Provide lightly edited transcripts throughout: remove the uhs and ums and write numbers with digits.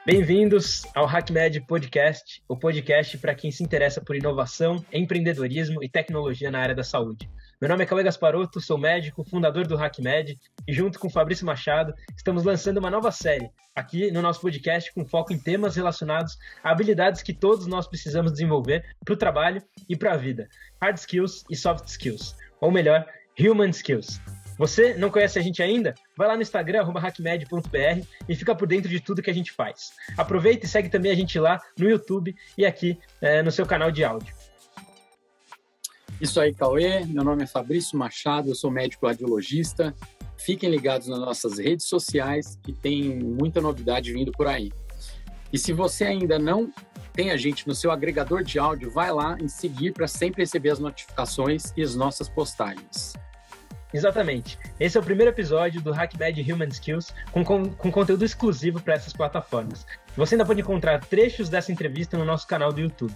Bem-vindos ao HackMed Podcast, o podcast para quem se interessa por inovação, empreendedorismo e tecnologia na área da saúde. Meu nome é Cauê Gasparotto, sou médico, fundador do HackMed e junto com Fabrício Machado estamos lançando uma nova série aqui no nosso podcast com foco em temas relacionados a habilidades que todos nós precisamos desenvolver para o trabalho e para a vida, hard skills e soft skills, ou melhor, human skills. Você não conhece a gente ainda? Vai lá no Instagram, @hackmed.br e fica por dentro de tudo que a gente faz. Aproveita e segue também a gente lá no YouTube e aqui no seu canal de áudio. Isso aí, Cauê. Meu nome é Fabrício Machado, eu sou médico radiologista. Fiquem ligados nas nossas redes sociais que tem muita novidade vindo por aí. E se você ainda não tem a gente no seu agregador de áudio, vai lá em seguir para sempre receber as notificações e as nossas postagens. Exatamente. Esse é o primeiro episódio do HackMed Human Skills com conteúdo exclusivo para essas plataformas. Você ainda pode encontrar trechos dessa entrevista no nosso canal do YouTube.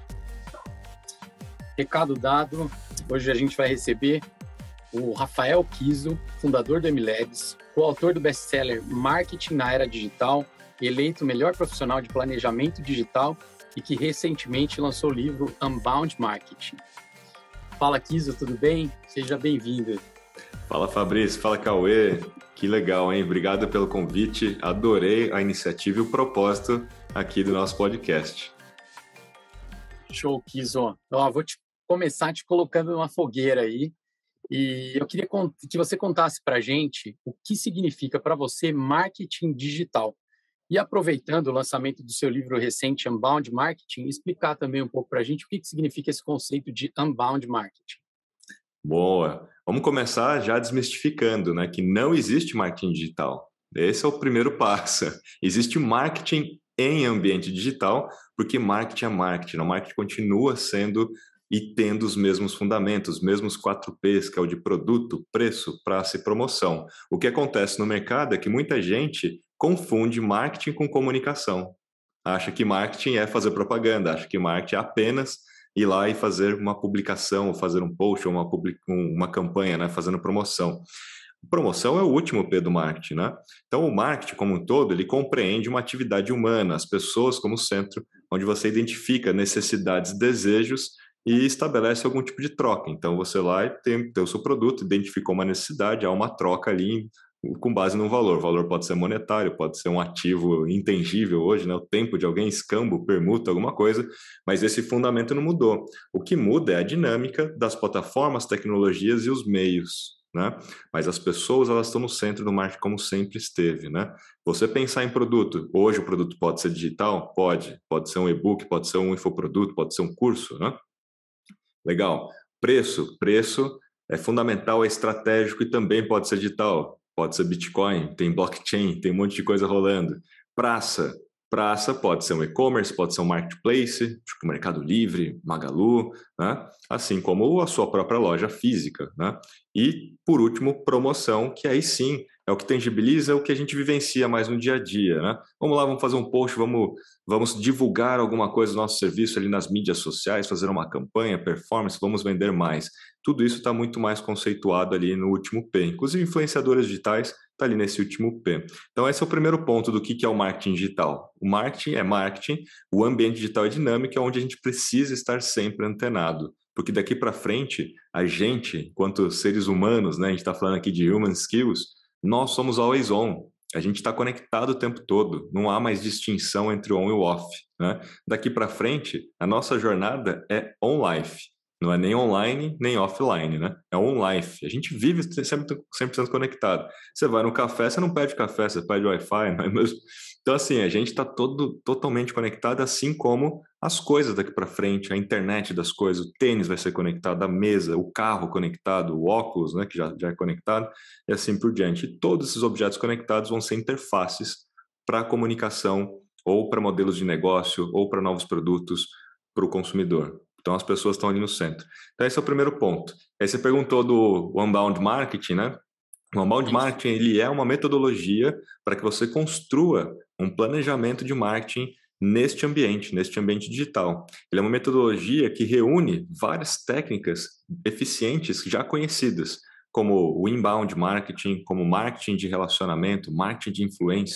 Recado dado, hoje a gente vai receber o Rafael Kiso, fundador do MLabs, coautor do best-seller Marketing na Era Digital, eleito o melhor profissional de planejamento digital e que recentemente lançou o livro Unbound Marketing. Fala, Kiso, tudo bem? Seja bem-vindo. Fala, Fabrício. Fala, Cauê. Que legal, hein? Obrigado pelo convite. Adorei a iniciativa e o propósito aqui do nosso podcast. Show, Kiso. Vou começar te colocando numa fogueira aí. E eu queria que você contasse para a gente o que significa para você marketing digital. E aproveitando o lançamento do seu livro recente, Unbound Marketing, explicar também um pouco para a gente o que significa esse conceito de Unbound Marketing. Boa. Vamos começar já desmistificando, né, que não existe marketing digital. Esse é o primeiro passo. Existe marketing em ambiente digital, porque marketing é marketing. O marketing continua sendo e tendo os mesmos fundamentos, os mesmos 4Ps, que é o de produto, preço, praça e promoção. O que acontece no mercado é que muita gente confunde marketing com comunicação. Acha que marketing é fazer propaganda, acha que marketing é apenas ir lá e fazer uma publicação, ou fazer um post, ou uma campanha, né, fazendo promoção. Promoção é o último P do marketing, né? Então, o marketing como um todo, ele compreende uma atividade humana, as pessoas como centro, onde você identifica necessidades, desejos e estabelece algum tipo de troca. Então, você lá tem o seu produto, identificou uma necessidade, há uma troca ali com base no valor. O valor pode ser monetário, pode ser um ativo intangível hoje, né? O tempo de alguém, escambo, permuta, alguma coisa, mas esse fundamento não mudou. O que muda é a dinâmica das plataformas, tecnologias e os meios, né? Mas as pessoas, elas estão no centro do marketing como sempre esteve, né? Você pensar em produto, hoje o produto pode ser digital? Pode ser um e-book, pode ser um infoproduto, pode ser um curso, né? Legal. Preço é fundamental, é estratégico e também pode ser digital. Pode ser Bitcoin, tem blockchain, tem um monte de coisa rolando. Praça pode ser um e-commerce, pode ser um marketplace, tipo Mercado Livre, Magalu, né? Assim como a sua própria loja física, né? E, por último, promoção, que aí sim é o que tangibiliza, é o que a gente vivencia mais no dia a dia, né? Vamos lá, vamos fazer um post, vamos divulgar alguma coisa do nosso serviço ali nas mídias sociais, fazer uma campanha, performance, vamos vender mais. Tudo isso está muito mais conceituado ali no último P. Inclusive, influenciadores digitais está ali nesse último P. Então, esse é o primeiro ponto do que é o marketing digital. O marketing é marketing, o ambiente digital é dinâmico, é onde a gente precisa estar sempre antenado. Porque daqui para frente, a gente, enquanto seres humanos, né, a gente está falando aqui de human skills, nós somos always on. A gente está conectado o tempo todo. Não há mais distinção entre o on e o off, né? Daqui para frente, a nossa jornada é on life. Não é nem online, nem offline, né? É on life. A gente vive sempre 100% conectado. Você vai no café, você não pede café, você pede Wi-Fi, não é mesmo? Então, assim, a gente está totalmente conectado, assim como as coisas daqui para frente, a internet das coisas, o tênis vai ser conectado, a mesa, o carro conectado, o óculos, né, que já é conectado, e assim por diante. E todos esses objetos conectados vão ser interfaces para comunicação, ou para modelos de negócio, ou para novos produtos para o consumidor. Então, as pessoas estão ali no centro. Então, esse é o primeiro ponto. Aí você perguntou do Unbound Marketing, né? O Unbound Marketing, ele é uma metodologia para que você construa um planejamento de marketing neste ambiente digital. Ele é uma metodologia que reúne várias técnicas eficientes já conhecidas, como o inbound marketing, como marketing de relacionamento, marketing de influência,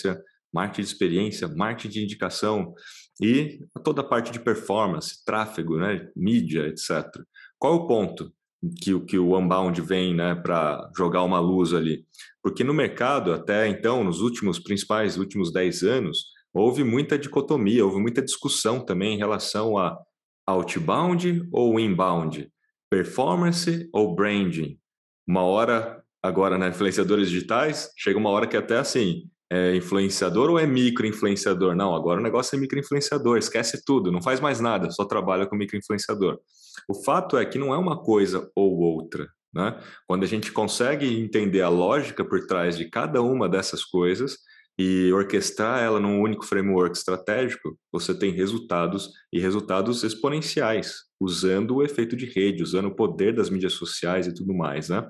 marketing de experiência, marketing de indicação e toda a parte de performance, tráfego, né, mídia, etc. Qual é o ponto que o Unbound vem, né, para jogar uma luz ali? Porque no mercado, até então, nos últimos 10 anos, houve muita dicotomia, houve muita discussão também em relação a outbound ou inbound, performance ou branding. Uma hora, agora, né, influenciadores digitais, chega uma hora que até assim, é influenciador ou é micro-influenciador? Não, agora o negócio é micro-influenciador, esquece tudo, não faz mais nada, só trabalha com micro-influenciador. O fato é que não é uma coisa ou outra, né? Quando a gente consegue entender a lógica por trás de cada uma dessas coisas e orquestrar ela num único framework estratégico, você tem resultados e resultados exponenciais, usando o efeito de rede, usando o poder das mídias sociais e tudo mais, né?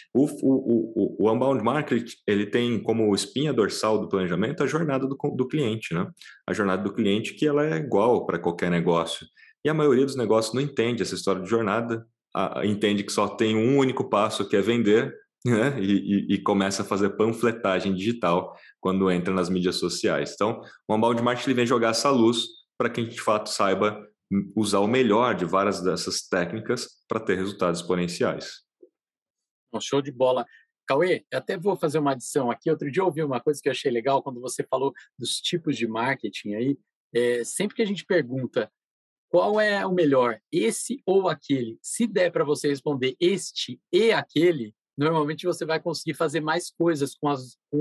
O Unbound Market, ele tem como espinha dorsal do planejamento a jornada do cliente, né? A jornada do cliente que ela é igual para qualquer negócio. E a maioria dos negócios não entende essa história de jornada, entende que só tem um único passo que é vender, né? E começa a fazer panfletagem digital quando entra nas mídias sociais. Então, o Unbound Marketing ele vem jogar essa luz para que a gente de fato saiba usar o melhor de várias dessas técnicas para ter resultados exponenciais. Um show de bola. Cauê, eu até vou fazer uma adição aqui. Outro dia eu ouvi uma coisa que eu achei legal quando você falou dos tipos de marketing aí. Sempre que a gente pergunta qual é o melhor, esse ou aquele, se der para você responder este e aquele, normalmente você vai conseguir fazer mais coisas com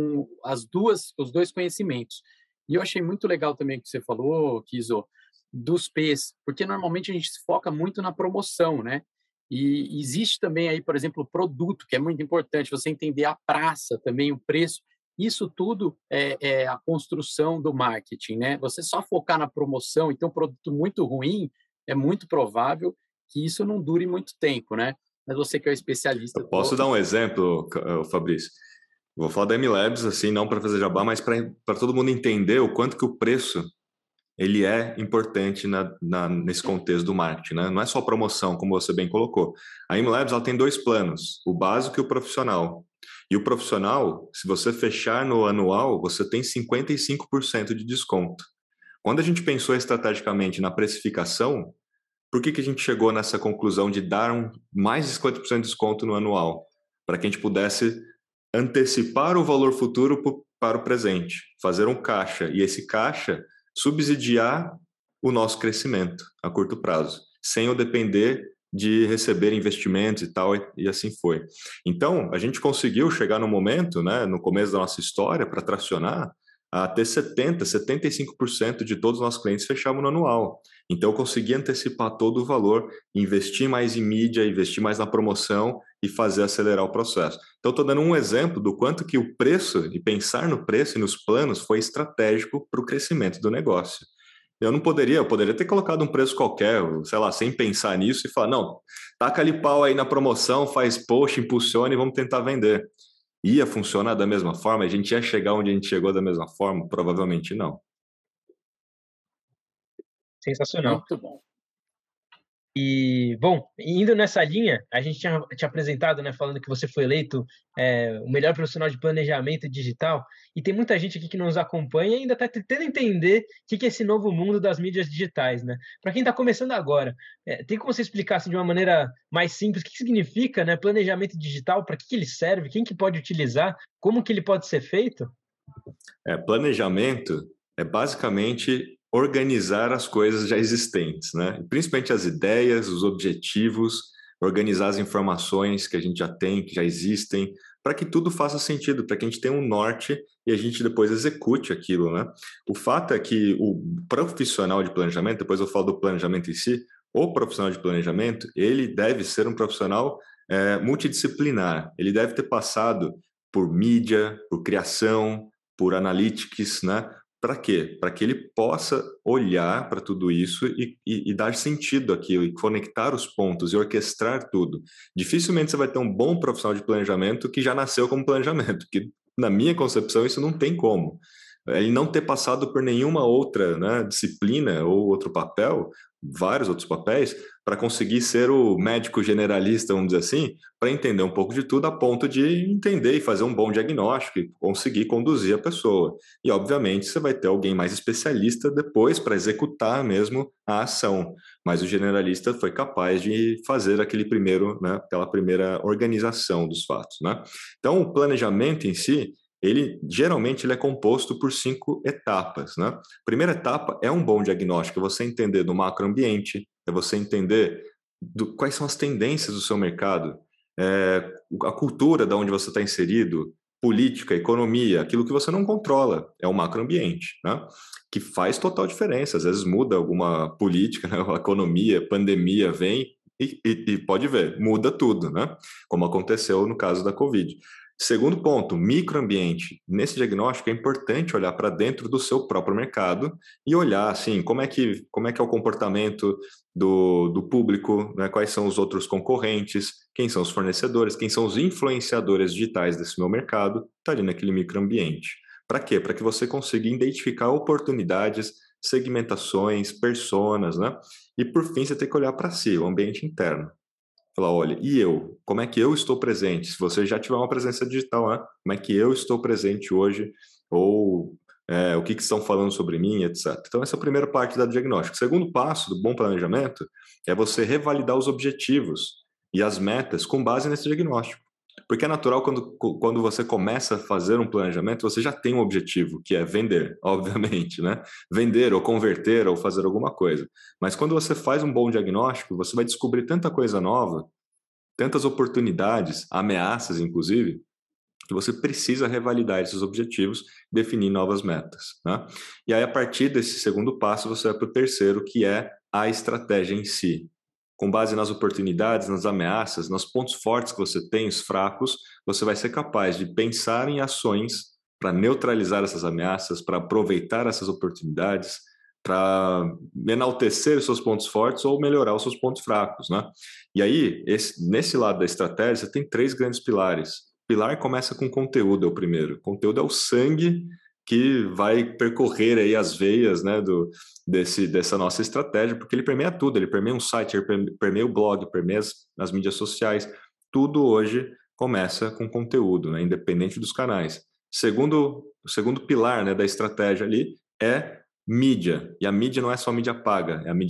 os dois conhecimentos. E eu achei muito legal também o que você falou, Kizo, dos P's, porque normalmente a gente se foca muito na promoção, né? E existe também aí, por exemplo, o produto, que é muito importante, você entender a praça também, o preço. Isso tudo é a construção do marketing, né? Você só focar na promoção e ter um produto muito ruim, é muito provável que isso não dure muito tempo, né? Mas você que é o especialista... Eu posso dar um exemplo, Fabrício? Vou falar da MLabs, assim, não para fazer jabá, mas para todo mundo entender o quanto que o preço ele é importante nesse contexto do marketing, né? Não é só promoção, como você bem colocou. A MLabs ela tem 2 planos, o básico e o profissional. E o profissional, se você fechar no anual, você tem 55% de desconto. Quando a gente pensou estrategicamente na precificação, por que a gente chegou nessa conclusão de dar mais de 50% de desconto no anual? Para que a gente pudesse antecipar o valor futuro para o presente, fazer um caixa. E esse caixa subsidiar o nosso crescimento a curto prazo, sem eu depender de receber investimentos e tal, e assim foi. Então, a gente conseguiu chegar no momento, né, no começo da nossa história, para tracionar, a ter 75% de todos os nossos clientes fechavam no anual. Então, eu consegui antecipar todo o valor, investir mais em mídia, investir mais na promoção e fazer acelerar o processo. Então, estou dando um exemplo do quanto que o preço, e pensar no preço e nos planos, foi estratégico para o crescimento do negócio. Eu poderia ter colocado um preço qualquer, sei lá, sem pensar nisso e falar, não, taca ali pau aí na promoção, faz post, impulsiona e vamos tentar vender. Ia funcionar da mesma forma? A gente ia chegar onde a gente chegou da mesma forma? Provavelmente não. Sensacional. Muito bom. E, bom, indo nessa linha, a gente tinha te apresentado, né, falando que você foi eleito o melhor profissional de planejamento digital, e tem muita gente aqui que nos acompanha e ainda está tentando entender o que é esse novo mundo das mídias digitais, né? Para quem está começando agora, tem como você explicar assim, de uma maneira mais simples o que significa, né, planejamento digital, para que ele serve, quem que pode utilizar, como que ele pode ser feito? Planejamento é basicamente organizar as coisas já existentes, né? Principalmente as ideias, os objetivos, organizar as informações que a gente já tem, que já existem, para que tudo faça sentido, para que a gente tenha um norte e a gente depois execute aquilo, né? O fato é que o profissional de planejamento, depois eu falo do planejamento em si, o profissional de planejamento, ele deve ser um profissional multidisciplinar, ele deve ter passado por mídia, por criação, por analytics, né? Para quê? Para que ele possa olhar para tudo isso e dar sentido àquilo, e conectar os pontos e orquestrar tudo. Dificilmente você vai ter um bom profissional de planejamento que já nasceu como planejamento, porque na minha concepção isso não tem como. Ele não ter passado por nenhuma outra, né, disciplina ou outro papel, vários outros papéis, para conseguir ser o médico generalista, vamos dizer assim, para entender um pouco de tudo a ponto de entender e fazer um bom diagnóstico e conseguir conduzir a pessoa. E, obviamente, você vai ter alguém mais especialista depois para executar mesmo a ação. Mas o generalista foi capaz de fazer aquele primeiro, né, aquela primeira organização dos fatos, né? Então, o planejamento em si, geralmente ele é composto por 5 etapas, né? A primeira etapa é um bom diagnóstico, é você entender do macroambiente, é você entender quais são as tendências do seu mercado, a cultura de onde você está inserido, política, economia, aquilo que você não controla, é o macroambiente, né? Que faz total diferença. Às vezes muda alguma política, né? A economia, pandemia vem e pode ver, muda tudo, né? Como aconteceu no caso da Covid. Segundo ponto, microambiente. Nesse diagnóstico é importante olhar para dentro do seu próprio mercado e olhar assim, como é que é o comportamento do público, né? Quais são os outros concorrentes, quem são os fornecedores, quem são os influenciadores digitais desse meu mercado, está ali naquele microambiente. Para quê? Para que você consiga identificar oportunidades, segmentações, personas, né? E por fim, você tem que olhar para si, o ambiente interno. Falar, olha, e eu? Como é que eu estou presente? Se você já tiver uma presença digital, né? Como é que eu estou presente hoje? Ou o que estão falando sobre mim, etc. Então, essa é a primeira parte da diagnóstico. O segundo passo do bom planejamento é você revalidar os objetivos e as metas com base nesse diagnóstico. Porque é natural quando você começa a fazer um planejamento, você já tem um objetivo, que é vender, obviamente, né? Vender ou converter ou fazer alguma coisa. Mas quando você faz um bom diagnóstico, você vai descobrir tanta coisa nova, tantas oportunidades, ameaças, inclusive, que você precisa revalidar esses objetivos, definir novas metas, né? E aí, a partir desse segundo passo, você vai para o terceiro, que é a estratégia em si. Com base nas oportunidades, nas ameaças, nos pontos fortes que você tem, os fracos, você vai ser capaz de pensar em ações para neutralizar essas ameaças, para aproveitar essas oportunidades, para enaltecer os seus pontos fortes ou melhorar os seus pontos fracos, né? E aí, nesse lado da estratégia, você tem 3 grandes pilares. O pilar começa com conteúdo, é o primeiro. O conteúdo é o sangue que vai percorrer aí as veias, né, dessa nossa estratégia, porque ele permeia tudo, ele permeia um site, ele permeia o blog, permeia as mídias sociais, tudo hoje começa com conteúdo, né, independente dos canais. O segundo pilar, né, da estratégia ali é mídia, e a mídia não é só mídia paga, é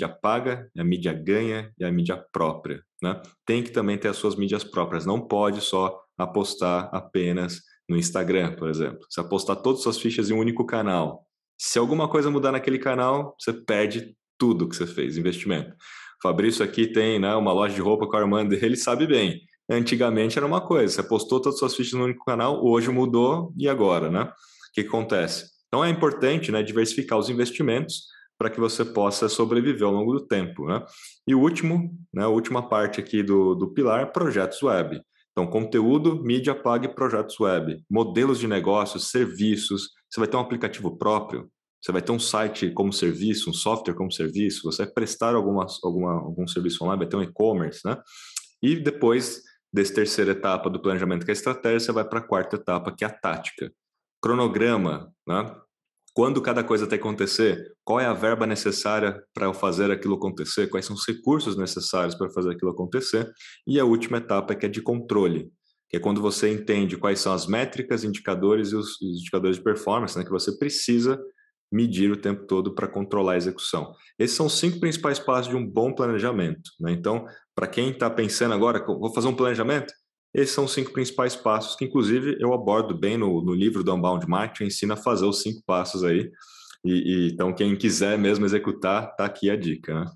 a mídia ganha e a mídia própria, né? Tem que também ter as suas mídias próprias, não pode só apostar apenas no Instagram, por exemplo. Você apostar todas as suas fichas em um único canal. Se alguma coisa mudar naquele canal, você perde tudo que você fez, investimento. O Fabrício aqui tem, né, uma loja de roupa com a irmã dele, sabe bem. Antigamente era uma coisa, você apostou todas as suas fichas no único canal, hoje mudou, e agora, né? O que acontece? Então é importante, né, diversificar os investimentos para que você possa sobreviver ao longo do tempo, né? E o último, né, a última parte aqui do pilar, projetos web. Então, conteúdo, mídia paga e projetos web, modelos de negócios, serviços. Você vai ter um aplicativo próprio, você vai ter um site como serviço, um software como serviço, você vai prestar algum serviço online, vai ter um e-commerce, né? E depois dessa terceira etapa do planejamento, que é a estratégia, você vai para a quarta etapa, que é a tática. Cronograma, né? Quando cada coisa tem que acontecer, qual é a verba necessária para eu fazer aquilo acontecer, quais são os recursos necessários para fazer aquilo acontecer, e a última etapa que é de controle, que é quando você entende quais são as métricas, indicadores e os indicadores de performance, né, que você precisa medir o tempo todo para controlar a execução. Esses são os 5 principais passos de um bom planejamento, né? Então, para quem está pensando agora, vou fazer um planejamento, esses são os 5 principais passos que, inclusive, eu abordo bem no livro do Unbound Marketing, ensino a fazer os 5 passos aí. Então, quem quiser mesmo executar, tá aqui a dica, né?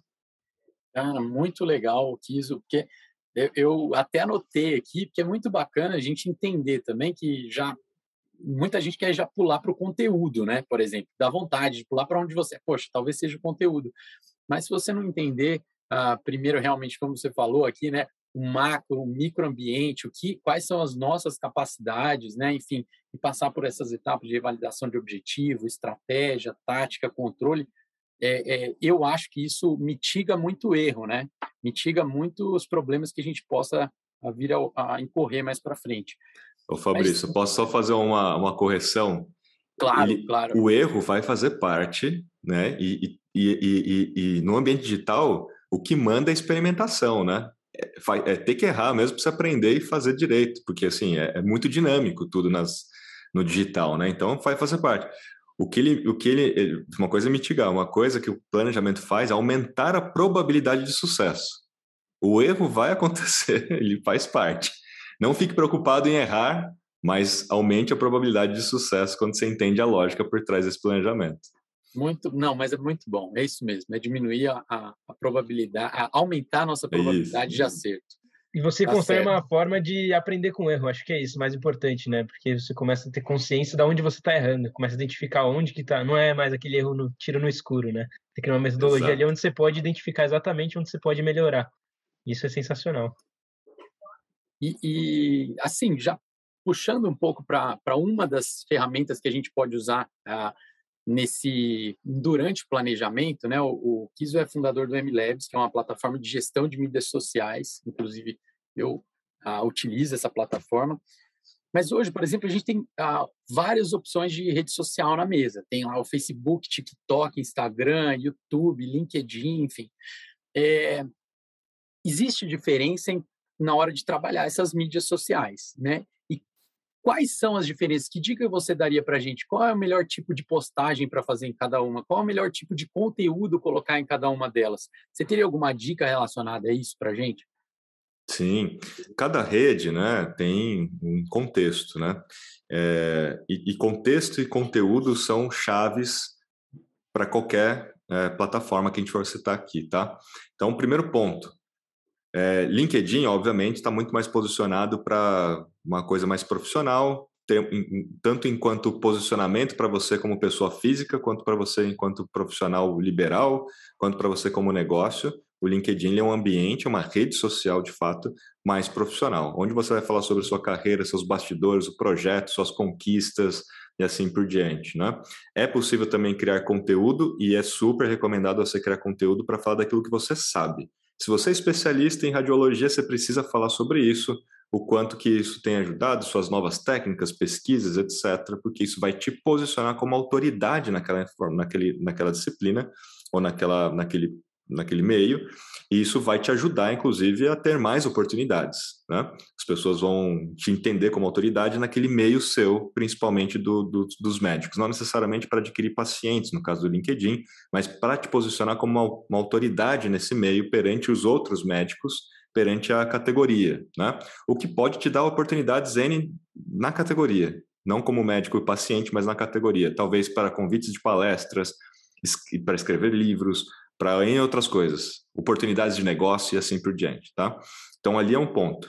Cara, muito legal, Kiso, porque eu até anotei aqui, porque é muito bacana a gente entender também que muita gente quer já pular para o conteúdo, né? Por exemplo, dá vontade de pular para onde você, poxa, talvez seja o conteúdo. Mas se você não entender, primeiro realmente, como você falou aqui, né? O macro, o microambiente, quais são as nossas capacidades, né? Enfim, e passar por essas etapas de revalidação de objetivo, estratégia, tática, controle, eu acho que isso mitiga muito o erro, né? Mitiga muito os problemas que a gente possa vir a incorrer mais para frente. Ô Fabrício, posso só fazer uma correção? Claro, claro. O erro vai fazer parte, né? E no ambiente digital, O que manda é experimentação, né? É ter que errar mesmo para você aprender e fazer direito, porque assim, é muito dinâmico tudo no digital, né? Então vai fazer parte. Uma coisa é mitigar, uma coisa que o planejamento faz é aumentar a probabilidade de sucesso. O erro vai acontecer, ele faz parte. Não fique preocupado em errar, mas aumente a probabilidade de sucesso quando você entende a lógica por trás desse planejamento. Não, mas é muito bom, é isso mesmo, é diminuir a probabilidade, aumentar a nossa É isso. probabilidade de acerto. E você Tá constrói certo. uma forma de aprender com erro. Acho que é isso mais importante, né? Porque você começa a ter consciência de onde você está errando, começa a identificar onde que tá. Não é mais aquele erro no tiro no escuro, né? Tem que ter uma metodologia ali Exato. onde você pode identificar exatamente onde você pode melhorar. Isso é sensacional. Assim, já puxando um pouco para uma das ferramentas que a gente pode usar durante o planejamento, né? O Kiso é fundador do MLabs, que é uma plataforma de gestão de mídias sociais. Inclusive, eu utilizo essa plataforma. Mas hoje, por exemplo, a gente tem várias opções de rede social na mesa. Tem lá o Facebook, TikTok, Instagram, YouTube, LinkedIn, enfim. Existe diferença na hora de trabalhar essas mídias sociais, né? E quais são as diferenças? Que dica você daria para a gente? Qual é o melhor tipo de postagem para fazer em cada uma? Qual é o melhor tipo de conteúdo colocar em cada uma delas? Você teria alguma dica relacionada a isso para a gente? Sim, cada rede, né, tem um contexto, né? E contexto e conteúdo são chaves para qualquer plataforma que a gente for citar aqui, tá? Então, primeiro ponto, LinkedIn, obviamente, está muito mais posicionado para uma coisa mais profissional, tanto enquanto posicionamento para você como pessoa física, quanto para você enquanto profissional liberal, quanto para você como negócio. O LinkedIn é um ambiente, uma rede social, de fato, mais profissional, onde você vai falar sobre sua carreira, seus bastidores, o projeto, suas conquistas e assim por diante, né? É possível também criar conteúdo e é super recomendado você criar conteúdo para falar daquilo que você sabe. Se você é especialista em radiologia, você precisa falar sobre isso, o quanto que isso tem ajudado, suas novas técnicas, pesquisas, etc., porque isso vai te posicionar como autoridade naquela disciplina ou naquele meio, e isso vai te ajudar, inclusive, a ter mais oportunidades, né? As pessoas vão te entender como autoridade naquele meio seu, principalmente dos médicos, não necessariamente para adquirir pacientes, no caso do LinkedIn, mas para te posicionar como uma autoridade nesse meio perante os outros médicos, perante a categoria, né? O que pode te dar oportunidades N na categoria, não como médico e paciente, mas na categoria, talvez para convites de palestras, para escrever livros, para em outras coisas, oportunidades de negócio e assim por diante, tá? Então ali é um ponto.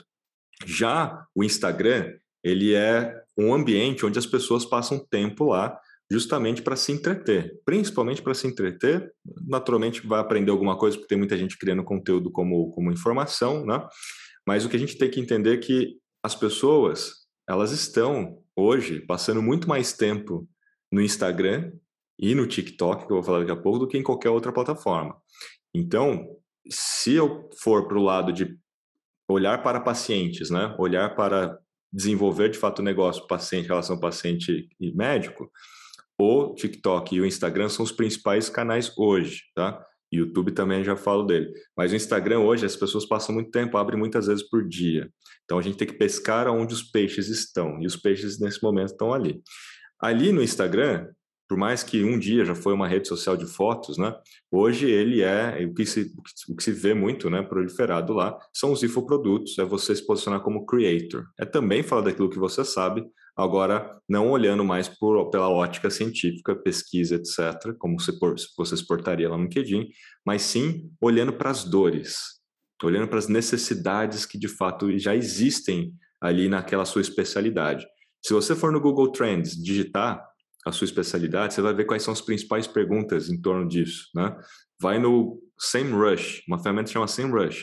Já o Instagram, ele é um ambiente onde as pessoas passam tempo lá justamente para se entreter, principalmente para se entreter, naturalmente vai aprender alguma coisa, porque tem muita gente criando conteúdo como informação, né? Mas o que a gente tem que entender é que as pessoas, elas estão hoje passando muito mais tempo no Instagram e no TikTok, que eu vou falar daqui a pouco, do que em qualquer outra plataforma. Então, se eu for para o lado de olhar para pacientes, né? Olhar para desenvolver de fato o negócio paciente, relação paciente e médico, o TikTok e o Instagram são os principais canais hoje, tá? YouTube também já falo dele. Mas o Instagram hoje as pessoas passam muito tempo, abrem muitas vezes por dia. Então a gente tem que pescar onde os peixes estão. E os peixes nesse momento estão ali. Ali no Instagram, por mais que um dia já foi uma rede social de fotos, né? Hoje ele é o que se vê muito, né? Proliferado lá são os infoprodutos, é você se posicionar como creator. É também falar daquilo que você sabe, agora não olhando mais pela ótica científica, pesquisa, etc., como você se portaria lá no LinkedIn, mas sim olhando para as dores, olhando para as necessidades que de fato já existem ali naquela sua especialidade. Se você for no Google Trends digitar a sua especialidade, você vai ver quais são as principais perguntas em torno disso, né? Vai no SEMrush, uma ferramenta que chama SEMrush,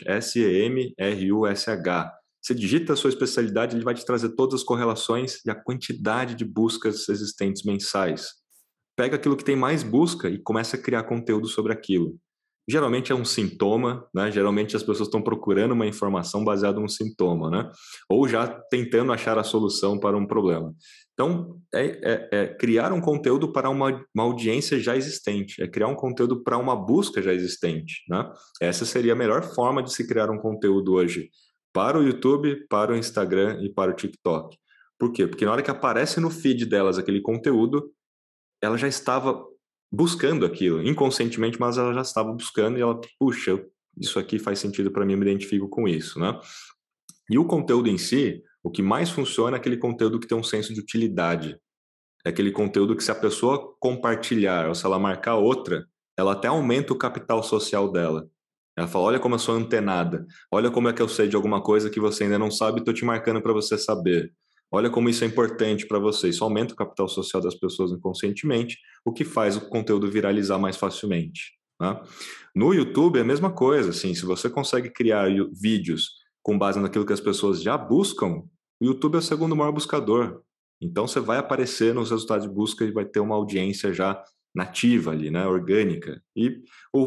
SEMrush. Você digita a sua especialidade, ele vai te trazer todas as correlações e a quantidade de buscas existentes mensais. Pega aquilo que tem mais busca e começa a criar conteúdo sobre aquilo. Geralmente é um sintoma, né? Geralmente as pessoas estão procurando uma informação baseada num sintoma, né? Ou já tentando achar a solução para um problema. Então, criar um conteúdo para uma audiência já existente, é criar um conteúdo para uma busca já existente, né? Essa seria a melhor forma de se criar um conteúdo hoje para o YouTube, para o Instagram e para o TikTok. Por quê? Porque na hora que aparece no feed delas aquele conteúdo, ela já estava buscando aquilo, inconscientemente, mas ela já estava buscando e ela, puxa, isso aqui faz sentido para mim, eu me identifico com isso, né? E o conteúdo em si, o que mais funciona é aquele conteúdo que tem um senso de utilidade. É aquele conteúdo que, se a pessoa compartilhar ou se ela marcar outra, ela até aumenta o capital social dela. Ela fala: olha como eu sou antenada, olha como é que eu sei de alguma coisa que você ainda não sabe e estou te marcando para você saber. Olha como isso é importante para você. Isso aumenta o capital social das pessoas inconscientemente, o que faz o conteúdo viralizar mais facilmente. Né? No YouTube é a mesma coisa. Assim, se você consegue criar vídeos com base naquilo que as pessoas já buscam, o YouTube é o segundo maior buscador. Então você vai aparecer nos resultados de busca e vai ter uma audiência já nativa ali, né, orgânica. E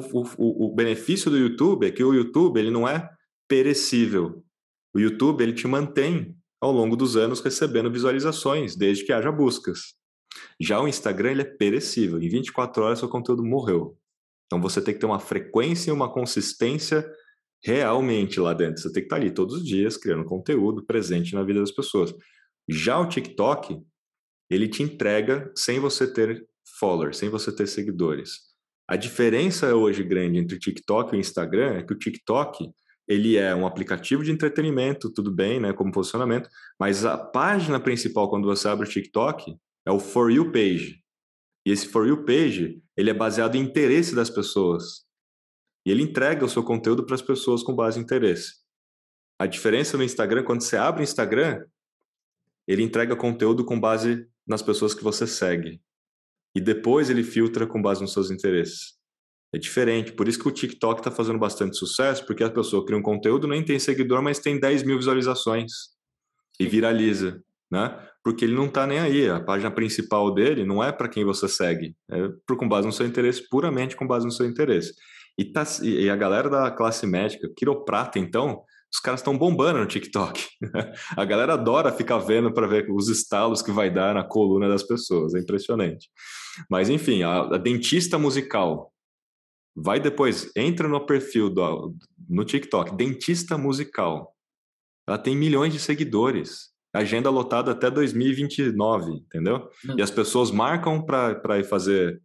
o benefício do YouTube é que o YouTube ele não é perecível. O YouTube ele te mantém ao longo dos anos recebendo visualizações, desde que haja buscas. Já o Instagram ele é perecível. Em 24 horas seu conteúdo morreu. Então você tem que ter uma frequência e uma consistência realmente lá dentro. Você tem que estar ali todos os dias criando conteúdo presente na vida das pessoas. Já o TikTok, ele te entrega sem você ter followers, sem você ter seguidores. A diferença hoje grande entre o TikTok e o Instagram é que o TikTok, ele é um aplicativo de entretenimento, tudo bem, né, como posicionamento, mas a página principal, quando você abre o TikTok, é o For You Page. E esse For You Page, ele é baseado em interesse das pessoas. E ele entrega o seu conteúdo para as pessoas com base em interesse. A diferença no Instagram, quando você abre o Instagram, ele entrega conteúdo com base nas pessoas que você segue. E depois ele filtra com base nos seus interesses. É diferente. Por isso que o TikTok está fazendo bastante sucesso, porque a pessoa cria um conteúdo, nem tem seguidor, mas tem 10 mil visualizações. E viraliza, né? Porque ele não está nem aí. A página principal dele não é para quem você segue. É com base no seu interesse, puramente com base no seu interesse. E a galera da classe médica, quiroprata, então, os caras estão bombando no TikTok. A galera adora ficar vendo para ver os estalos que vai dar na coluna das pessoas. É impressionante. Mas, enfim, a dentista musical. Vai depois, entra no perfil no TikTok, dentista musical. Ela tem milhões de seguidores. Agenda lotada até 2029, entendeu? E as pessoas marcam para ir fazer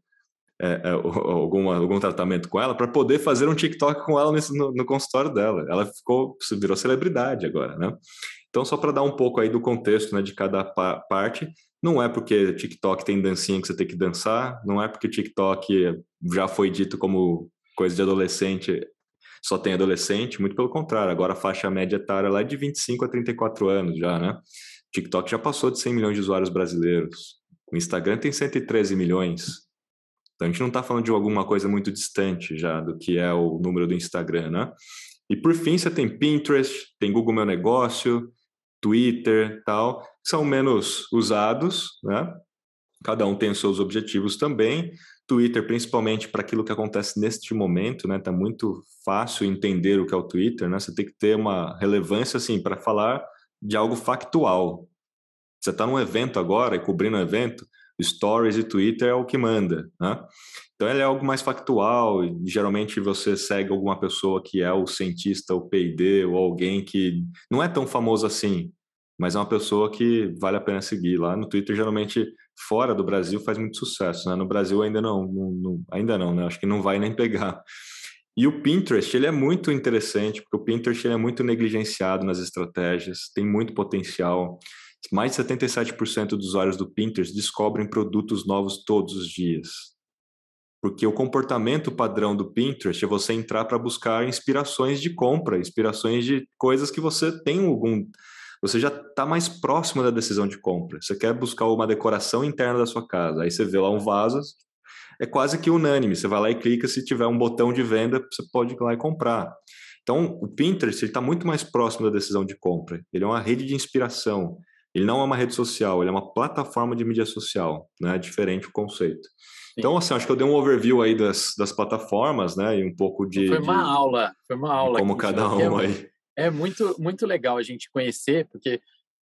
algum tratamento com ela, para poder fazer um TikTok com ela no consultório dela. Ela virou celebridade agora, né? Então, só para dar um pouco aí do contexto, né, de cada parte, não é porque TikTok tem dancinha que você tem que dançar, não é porque TikTok já foi dito como coisa de adolescente, só tem adolescente, muito pelo contrário. Agora a faixa média etária lá é de 25 a 34 anos já, né? TikTok já passou de 100 milhões de usuários brasileiros. O Instagram tem 113 milhões. Então a gente não está falando de alguma coisa muito distante já do que é o número do Instagram, né? E por fim você tem Pinterest, tem Google Meu Negócio, Twitter, tal, que são menos usados, né? Cada um tem os seus objetivos também. Twitter, principalmente para aquilo que acontece neste momento, né? Tá muito fácil entender o que é o Twitter, né? Você tem que ter uma relevância, assim, para falar de algo factual. Você está num evento agora e cobrindo um evento, Stories e Twitter é o que manda, né? Então ele é algo mais factual, e geralmente você segue alguma pessoa que é o cientista, o P&D, ou alguém que não é tão famoso assim, mas é uma pessoa que vale a pena seguir. Lá no Twitter, geralmente, fora do Brasil, faz muito sucesso, né? No Brasil ainda ainda não, né? Acho que não vai nem pegar. E o Pinterest, ele é muito interessante, porque o Pinterest ele é muito negligenciado nas estratégias, tem muito potencial. Mais de 77% dos usuários do Pinterest descobrem produtos novos todos os dias. Porque o comportamento padrão do Pinterest é você entrar para buscar inspirações de compra, inspirações de coisas que você tem você já está mais próximo da decisão de compra. Você quer buscar uma decoração interna da sua casa. Aí você vê lá um vaso, é quase que unânime. Você vai lá e clica, se tiver um botão de venda, você pode ir lá e comprar. Então, o Pinterest está muito mais próximo da decisão de compra. Ele é uma rede de inspiração. Ele não é uma rede social, ele é uma plataforma de mídia social, né? É diferente o conceito. Sim. Então, assim, acho que eu dei um overview aí das plataformas, né? E um pouco Foi uma aula. Como aqui, cada um aí. É muito, muito legal a gente conhecer, porque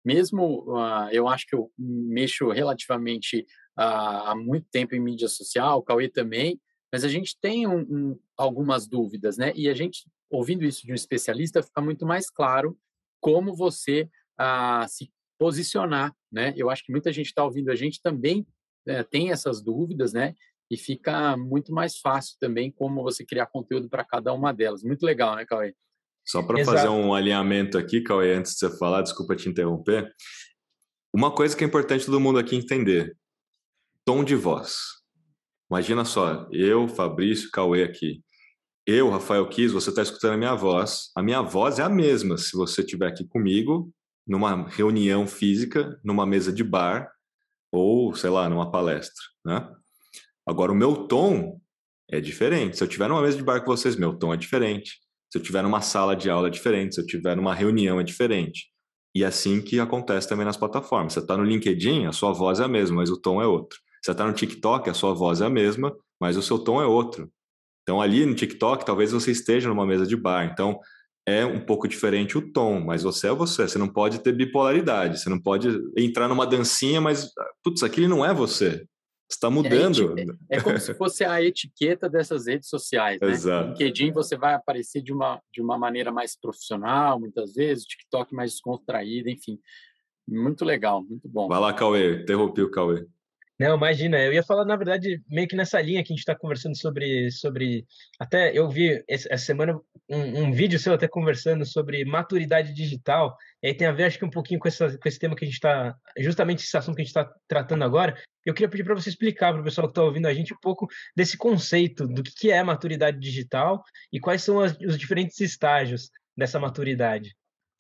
mesmo eu acho que eu mexo relativamente há muito tempo em mídia social, o Cauê também, mas a gente tem algumas dúvidas, né? E a gente, ouvindo isso de um especialista, fica muito mais claro como você se posicionar, né? Eu acho que muita gente está ouvindo a gente também tem essas dúvidas, né? E fica muito mais fácil também como você criar conteúdo para cada uma delas. Muito legal, né, Cauê? Só para fazer Exato. um alinhamento aqui, Cauê, antes de você falar, desculpa te interromper. Uma coisa que é importante todo mundo aqui entender: tom de voz. Imagina só, eu, Fabrício, Cauê aqui. Eu, Rafael Kiss, você está escutando a minha voz. A minha voz é a mesma se você estiver aqui comigo, numa reunião física, numa mesa de bar, ou, sei lá, numa palestra, né? Agora, o meu tom é diferente. Se eu estiver numa mesa de bar com vocês, meu tom é diferente. Se eu estiver numa sala de aula é diferente. Se eu estiver numa reunião é diferente. E é assim que acontece também nas plataformas. Você está no LinkedIn, a sua voz é a mesma, mas o tom é outro. Você está no TikTok, a sua voz é a mesma, mas o seu tom é outro. Então, ali no TikTok, talvez você esteja numa mesa de bar. Então, é um pouco diferente o tom, mas você é você. Você não pode ter bipolaridade. Você não pode entrar numa dancinha, mas, putz, aquele não é você. Você está mudando. É como se fosse a etiqueta dessas redes sociais, né? Exato. LinkedIn você vai aparecer de uma maneira mais profissional, muitas vezes, TikTok mais descontraída, enfim. Muito legal, muito bom. Vai lá, Cauê. Interrompi o Cauê. Não, imagina, eu ia falar, na verdade, meio que nessa linha que a gente está conversando sobre. Até eu vi essa semana um vídeo seu até conversando sobre maturidade digital, e aí tem a ver, acho que um pouquinho com esse tema que a gente está, justamente esse assunto que a gente está tratando agora. Eu queria pedir para você explicar para o pessoal que está ouvindo a gente um pouco desse conceito do que é maturidade digital e quais são os diferentes estágios dessa maturidade.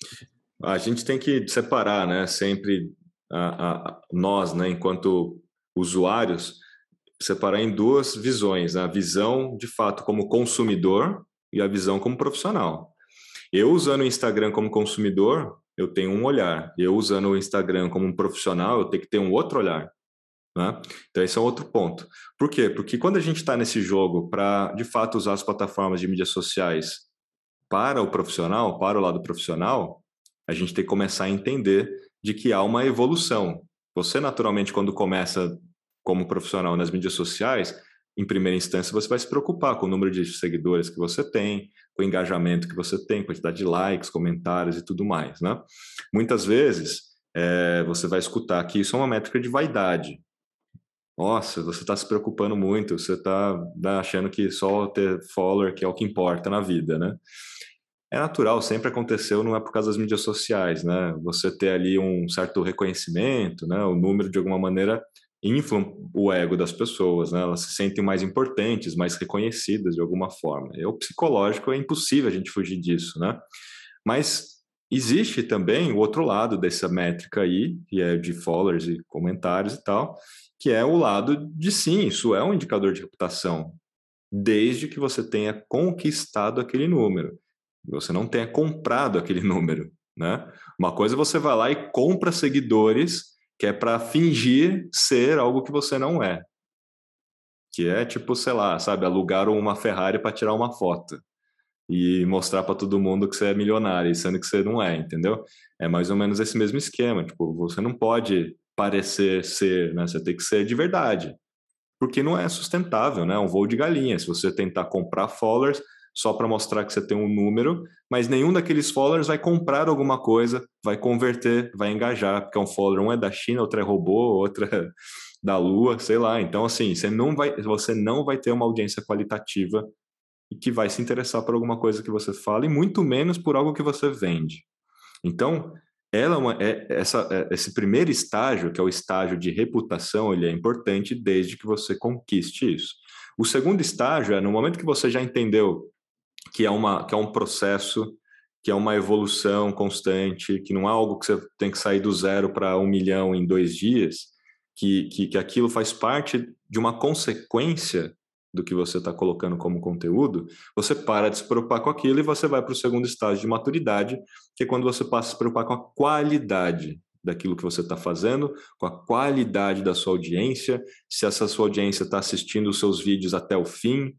A gente tem que separar, né? Sempre nós, né, enquanto usuários, separar em duas visões: a visão de fato como consumidor e a visão como profissional. Eu usando o Instagram como consumidor, eu tenho um olhar. Eu usando o Instagram como um profissional, eu tenho que ter um outro olhar, né? Então esse é um outro ponto. Por quê? Porque quando a gente está nesse jogo para de fato usar as plataformas de mídias sociais para o profissional, para o lado profissional, a gente tem que começar a entender de que há uma evolução. Você, naturalmente, quando começa como profissional nas mídias sociais, em primeira instância, você vai se preocupar com o número de seguidores que você tem, com o engajamento que você tem, quantidade de likes, comentários e tudo mais, né? Muitas vezes, você vai escutar que isso é uma métrica de vaidade. Nossa, você está se preocupando muito, você está achando que só ter follower que é o que importa na vida, né? É natural, sempre aconteceu, não é por causa das mídias sociais, né? Você ter ali um certo reconhecimento, né? O número, de alguma maneira, infla o ego das pessoas, né? Elas se sentem mais importantes, mais reconhecidas de alguma forma. E o psicológico é impossível a gente fugir disso, né? Mas existe também o outro lado dessa métrica aí, que é de followers e comentários e tal, que é o lado de sim, isso é um indicador de reputação, desde que você tenha conquistado aquele número. Você não tenha comprado aquele número, né? Uma coisa é você vai lá e compra seguidores, que é para fingir ser algo que você não é. Que é tipo, sei lá, sabe, alugar uma Ferrari para tirar uma foto e mostrar para todo mundo que você é milionário, sendo que você não é, entendeu? É mais ou menos esse mesmo esquema. Tipo, você não pode parecer ser, né? Você tem que ser de verdade. Porque não é sustentável, né? É um voo de galinha. Se você tentar comprar followers só para mostrar que você tem um número, mas nenhum daqueles followers vai comprar alguma coisa, vai converter, vai engajar, porque é um follower, um é da China, outro é robô, outra é da Lua, sei lá. Então, assim, você não vai ter uma audiência qualitativa e que vai se interessar por alguma coisa que você fala, e muito menos por algo que você vende. Então, esse primeiro estágio, que é o estágio de reputação, ele é importante desde que você conquiste isso. O segundo estágio é no momento que você já entendeu que é um processo, que é uma evolução constante, que não é algo que você tem que sair do 0 para 1 milhão em 2 dias, que aquilo faz parte de uma consequência do que você está colocando como conteúdo, você para de se preocupar com aquilo e você vai para o segundo estágio de maturidade, que é quando você passa a se preocupar com a qualidade daquilo que você está fazendo, com a qualidade da sua audiência, se essa sua audiência está assistindo os seus vídeos até o fim,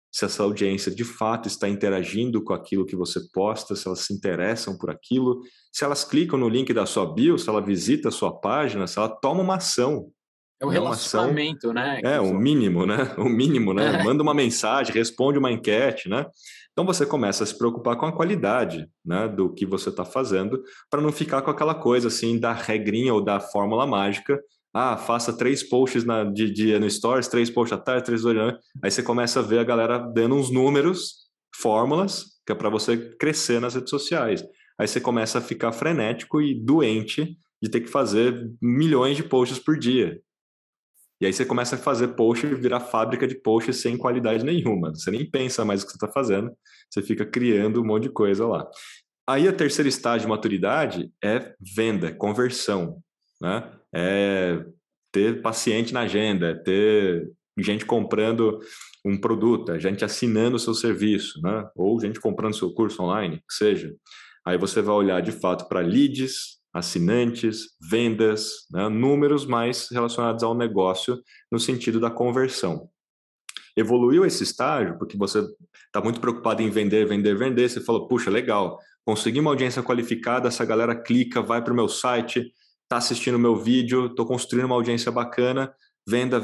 se essa audiência de fato está interagindo com aquilo que você posta, se elas se interessam por aquilo, se elas clicam no link da sua bio, se ela visita a sua página, se ela toma uma ação. É o Uma ação, relacionamento, né? o mínimo, né? O mínimo, né? Manda uma mensagem, responde uma enquete, né? Então você começa a se preocupar com a qualidade, né, do que você está fazendo, para não ficar com aquela coisa assim da regrinha ou da fórmula mágica. Faça 3 posts de dia no Stories, 3 posts à tarde, 3 horas. Aí você começa a ver a galera dando uns números, fórmulas, que é para você crescer nas redes sociais. Aí você começa a ficar frenético e doente de ter que fazer milhões de posts por dia. E aí você começa a fazer post e virar fábrica de posts sem qualidade nenhuma. Você nem pensa mais o que você está fazendo, você fica criando um monte de coisa lá. Aí a terceira estágio de maturidade é venda, conversão, né? É ter paciente na agenda, é ter gente comprando um produto, é gente assinando o seu serviço, né? Ou gente comprando seu curso online, que seja. Aí você vai olhar de fato para leads, assinantes, vendas, né? Números mais relacionados ao negócio no sentido da conversão. Evoluiu esse estágio porque você está muito preocupado em vender, você falou, puxa, legal, consegui uma audiência qualificada, essa galera clica, vai para o meu site, está assistindo o meu vídeo, estou construindo uma audiência bacana, venda.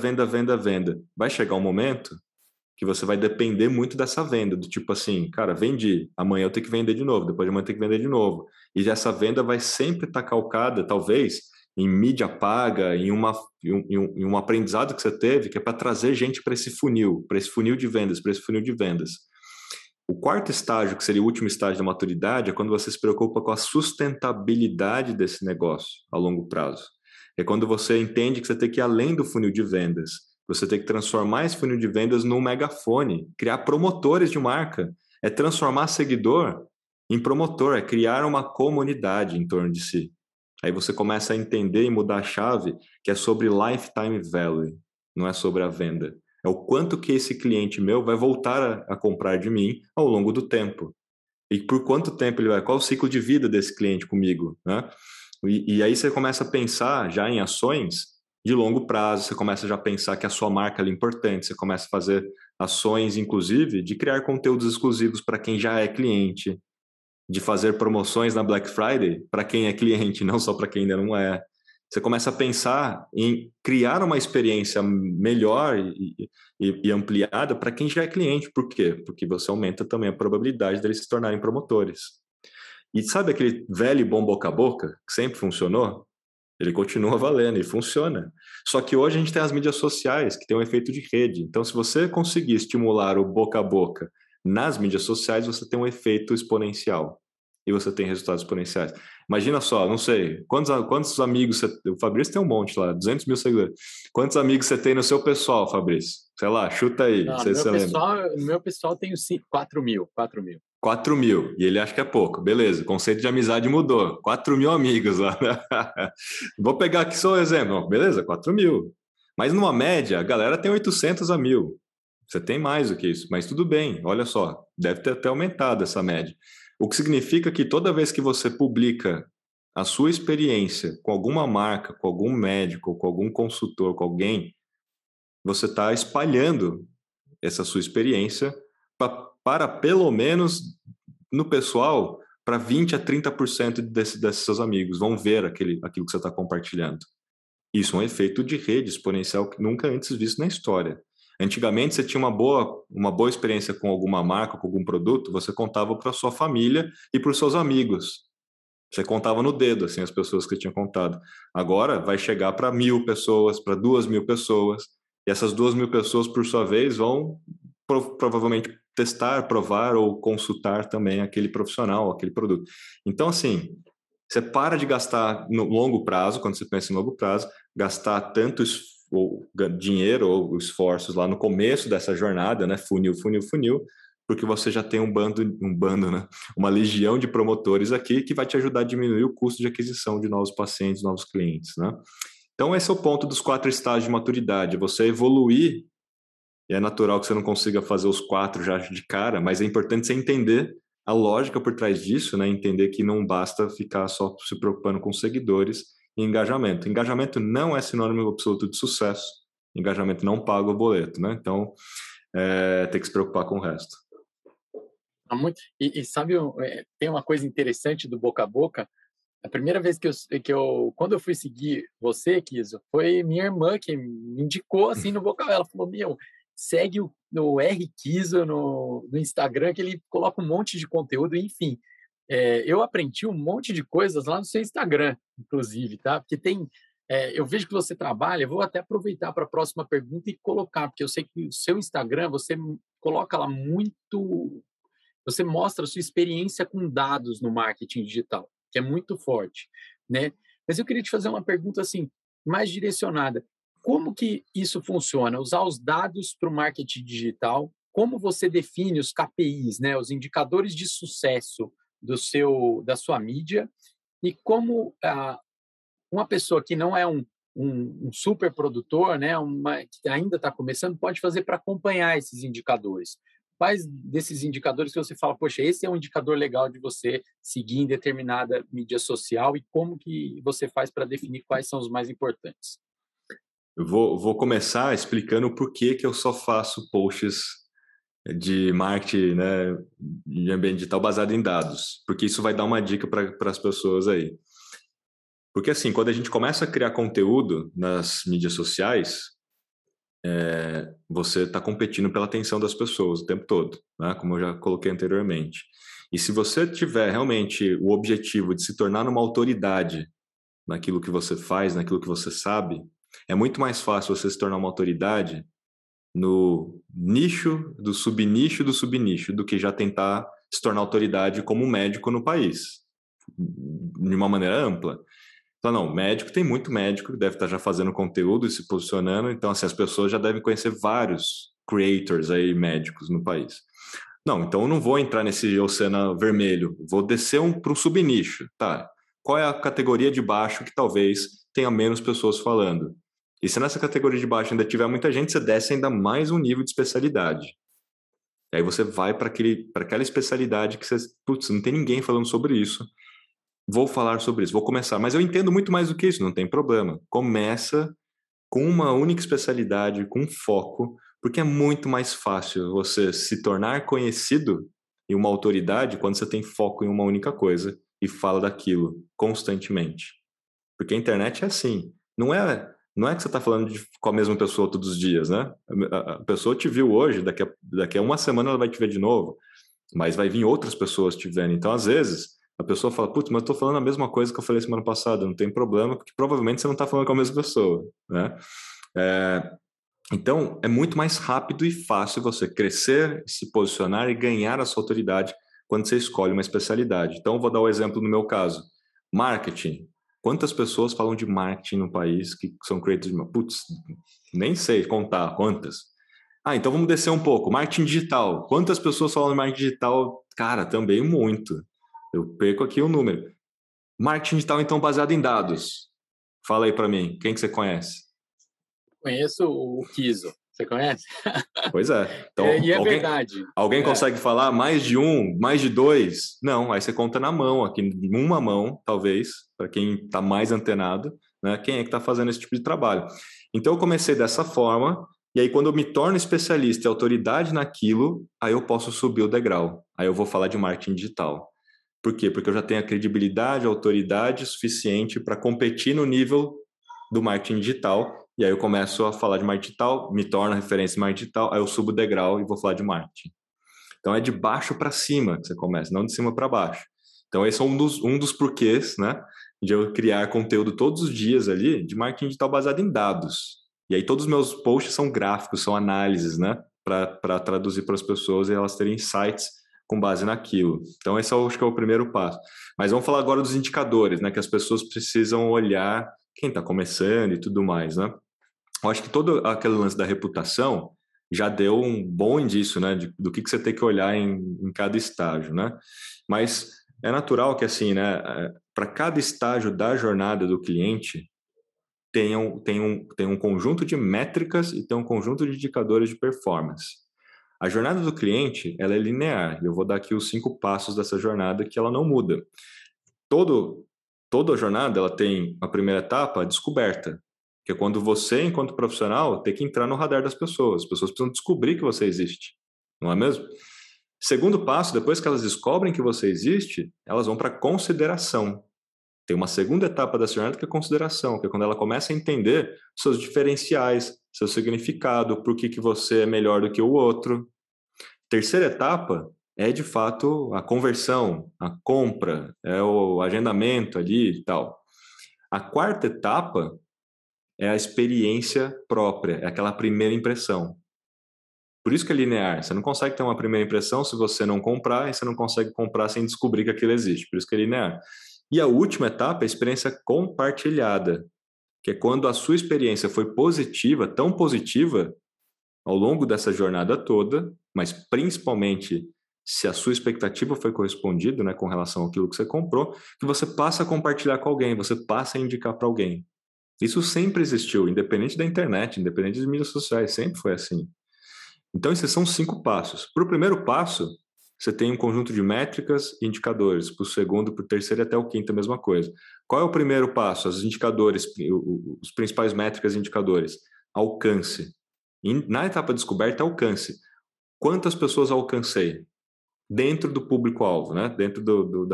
Vai chegar um momento que você vai depender muito dessa venda, do tipo assim, cara, vendi, amanhã eu tenho que vender de novo, depois de amanhã eu tenho que vender de novo. E essa venda vai sempre estar calcada, talvez, em mídia paga, em um aprendizado que você teve, que é para trazer gente para esse funil de vendas, para esse funil de vendas. O quarto estágio, que seria o último estágio da maturidade, é quando você se preocupa com a sustentabilidade desse negócio a longo prazo. É quando você entende que você tem que ir além do funil de vendas. Você tem que transformar esse funil de vendas num megafone, criar promotores de marca. É transformar seguidor em promotor, é criar uma comunidade em torno de si. Aí você começa a entender e mudar a chave, que é sobre lifetime value, não é sobre a venda. É o quanto que esse cliente meu vai voltar a comprar de mim ao longo do tempo. E por quanto tempo ele vai, qual o ciclo de vida desse cliente comigo, né? E aí você começa a pensar já em ações de longo prazo, você começa já a pensar que a sua marca é importante, você começa a fazer ações, inclusive, de criar conteúdos exclusivos para quem já é cliente, de fazer promoções na Black Friday para quem é cliente, não só para quem ainda não é. Você começa a pensar em criar uma experiência melhor e ampliada para quem já é cliente. Por quê? Porque você aumenta também a probabilidade deles se tornarem promotores. E sabe aquele velho e bom boca a boca, que sempre funcionou? Ele continua valendo e funciona. Só que hoje a gente tem as mídias sociais, que tem um efeito de rede. Então, se você conseguir estimular o boca a boca nas mídias sociais, você tem um efeito exponencial. E você tem resultados exponenciais. Imagina só, não sei, quantos amigos você... O Fabrício tem um monte lá, 200 mil seguidores. Quantos amigos você tem no seu pessoal, Fabrício? Sei lá, chuta aí. Não, Não sei se você lembra. No meu pessoal tenho 4 mil. 4 mil, e ele acha que é pouco. Beleza, o conceito de amizade mudou. 4 mil amigos lá. Vou pegar aqui só um exemplo. Beleza, 4 mil. Mas numa média, a galera tem 800 a 1000. Você tem mais do que isso, mas tudo bem, olha só, deve ter até aumentado essa média. O que significa que toda vez que você publica a sua experiência com alguma marca, com algum médico, com algum consultor, com alguém, você está espalhando essa sua experiência para pelo menos no pessoal, para 20 a 30% desses seus amigos vão ver aquilo que você está compartilhando. Isso é um efeito de rede exponencial que nunca antes visto na história. Antigamente, você tinha uma boa experiência com alguma marca, com algum produto, você contava para sua família e para os seus amigos. Você contava no dedo, assim, as pessoas que tinham contado. Agora, vai chegar para 1000 pessoas, para 2000 pessoas, e essas 2000 pessoas, por sua vez, vão provavelmente testar, provar ou consultar também aquele profissional, aquele produto. Então, assim, você para de gastar no longo prazo, quando você pensa em longo prazo, gastar tanto dinheiro ou esforços lá no começo dessa jornada, né? Funil, porque você já tem um bando, né? Uma legião de promotores aqui que vai te ajudar a diminuir o custo de aquisição de novos pacientes, novos clientes, né? Então, esse é o ponto dos 4 estágios de maturidade. Você evoluir, e é natural que você não consiga fazer os 4 já de cara, mas é importante você entender a lógica por trás disso, né? Entender que não basta ficar só se preocupando com seguidores e engajamento. Engajamento não é sinônimo absoluto de sucesso. Engajamento não paga o boleto, né? Então, ter que se preocupar com o resto. Sabe, tem uma coisa interessante do boca a boca. A primeira vez quando eu fui seguir você, Kiso, foi minha irmã que me indicou assim no boca. Ela falou: meu, segue o R Kiso no Instagram, que ele coloca um monte de conteúdo, enfim. Eu aprendi um monte de coisas lá no seu Instagram, inclusive, tá? Porque eu vejo que você trabalha, eu vou até aproveitar para a próxima pergunta e colocar, porque eu sei que o seu Instagram, você coloca lá muito, você mostra a sua experiência com dados no marketing digital, que é muito forte, né? Mas eu queria te fazer uma pergunta assim, mais direcionada. Como que isso funciona? Usar os dados para o marketing digital? Como você define os KPIs, né? Os indicadores de sucesso da sua mídia? E como uma pessoa que não é um super produtor, né? Que ainda está começando, pode fazer para acompanhar esses indicadores? Quais desses indicadores que você fala, poxa, esse é um indicador legal de você seguir em determinada mídia social, e como que você faz para definir quais são os mais importantes? Eu vou começar explicando por que eu só faço posts de marketing, né, de ambiente digital baseado em dados, porque isso vai dar uma dica para as pessoas aí. Porque assim, quando a gente começa a criar conteúdo nas mídias sociais, você está competindo pela atenção das pessoas o tempo todo, né, como eu já coloquei anteriormente. E se você tiver realmente o objetivo de se tornar uma autoridade naquilo que você faz, naquilo que você sabe, é muito mais fácil você se tornar uma autoridade no nicho do subnicho do que já tentar se tornar autoridade como médico no país, de uma maneira ampla. Então, não, médico, tem muito médico que deve estar já fazendo conteúdo e se posicionando, então, assim, as pessoas já devem conhecer vários creators aí médicos no país. Não, então eu não vou entrar nesse oceano vermelho, vou descer para um subnicho, tá? Qual é a categoria de baixo que talvez tenha menos pessoas falando? E se nessa categoria de baixo ainda tiver muita gente, você desce ainda mais um nível de especialidade. E aí você vai para aquela especialidade que você, putz, não tem ninguém falando sobre isso. Vou falar sobre isso, vou começar. Mas eu entendo muito mais do que isso, não tem problema. Começa com uma única especialidade, com foco, porque é muito mais fácil você se tornar conhecido e uma autoridade quando você tem foco em uma única coisa e fala daquilo constantemente. Porque a internet é assim. Não é que você está falando com a mesma pessoa todos os dias, né? A pessoa te viu hoje, daqui a uma semana ela vai te ver de novo, mas vai vir outras pessoas te vendo. Então, às vezes, a pessoa fala, putz, mas eu estou falando a mesma coisa que eu falei semana passada, não tem problema, porque provavelmente você não está falando com a mesma pessoa, né? Então, é muito mais rápido e fácil você crescer, se posicionar e ganhar a sua autoridade quando você escolhe uma especialidade. Então, eu vou dar o exemplo no meu caso. Marketing. Quantas pessoas falam de marketing no país que são creators de... Putz, nem sei contar quantas. Então vamos descer um pouco. Marketing digital. Quantas pessoas falam de marketing digital? Cara, também muito. Eu perco aqui o número. Marketing digital, então, baseado em dados. Fala aí para mim, quem que você conhece? Conheço o Kiso. Você conhece? Pois é. Então, verdade. Alguém consegue falar mais de um, mais de dois? Não, aí você conta na mão, aqui em uma mão, talvez, para quem está mais antenado, né? Quem é que está fazendo esse tipo de trabalho. Então, eu comecei dessa forma, e aí quando eu me torno especialista e autoridade naquilo, aí eu posso subir o degrau. Aí eu vou falar de marketing digital. Por quê? Porque eu já tenho a credibilidade, a autoridade suficiente para competir no nível do marketing digital. E aí eu começo a falar de marketing digital, me torno referência em marketing digital, aí eu subo o degrau e vou falar de marketing. Então é de baixo para cima que você começa, não de cima para baixo. Então esse é um dos porquês, né, de eu criar conteúdo todos os dias ali de marketing digital baseado em dados. E aí todos os meus posts são gráficos, são análises, né, para traduzir para as pessoas e elas terem insights com base naquilo. Então esse acho que é o primeiro passo. Mas vamos falar agora dos indicadores, né, que as pessoas precisam olhar quem está começando e tudo mais, né? Eu acho que todo aquele lance da reputação já deu um bom indício, né, do que você tem que olhar em cada estágio, né? Mas é natural que, assim, né, para cada estágio da jornada do cliente, tem um conjunto de métricas e tem um conjunto de indicadores de performance. A jornada do cliente, ela é linear. Eu vou dar aqui os 5 passos dessa jornada que ela não muda. Toda a jornada, ela tem a primeira etapa, a descoberta. Que é quando você, enquanto profissional, tem que entrar no radar das pessoas. As pessoas precisam descobrir que você existe, não é mesmo? Segundo passo, depois que elas descobrem que você existe, elas vão para consideração. Tem uma segunda etapa da jornada que é consideração, que é quando ela começa a entender seus diferenciais, seu significado, por que você é melhor do que o outro. Terceira etapa é, de fato, a conversão, a compra, é o agendamento ali e tal. A quarta etapa é a experiência própria, é aquela primeira impressão. Por isso que é linear. Você não consegue ter uma primeira impressão se você não comprar, e você não consegue comprar sem descobrir que aquilo existe. Por isso que é linear. E a última etapa é a experiência compartilhada, que é quando a sua experiência foi positiva, tão positiva, ao longo dessa jornada toda, mas principalmente se a sua expectativa foi correspondida, né, com relação àquilo que você comprou, que você passa a compartilhar com alguém, você passa a indicar para alguém. Isso sempre existiu, independente da internet, independente das mídias sociais, sempre foi assim. Então, esses são 5 passos. Para o primeiro passo, você tem um conjunto de métricas e indicadores. Para o segundo, para o terceiro e até o quinto, a mesma coisa. Qual é o primeiro passo? Os indicadores, os principais métricas e indicadores. Alcance. E na etapa de descoberta, alcance. Quantas pessoas alcancei? Dentro do público-alvo, né? Dentro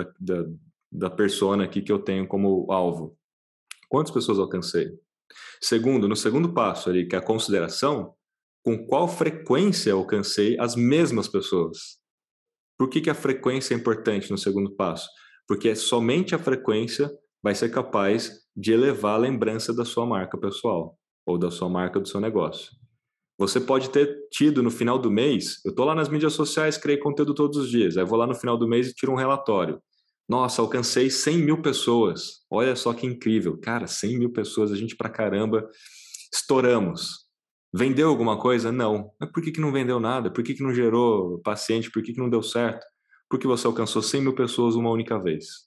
da persona aqui que eu tenho como alvo. Quantas pessoas alcancei? Segundo, no segundo passo ali, que é a consideração, com qual frequência alcancei as mesmas pessoas? Por que a frequência é importante no segundo passo? Porque somente a frequência vai ser capaz de elevar a lembrança da sua marca pessoal ou da sua marca do seu negócio. Você pode ter tido no final do mês, eu estou lá nas mídias sociais, criei conteúdo todos os dias, aí vou lá no final do mês e tiro um relatório. Nossa, alcancei 100 mil pessoas. Olha só que incrível. Cara, 100 mil pessoas, a gente pra caramba. Estouramos. Vendeu alguma coisa? Não. Mas por que não vendeu nada? Por que não gerou paciente? Por que não deu certo? Porque você alcançou 100 mil pessoas uma única vez.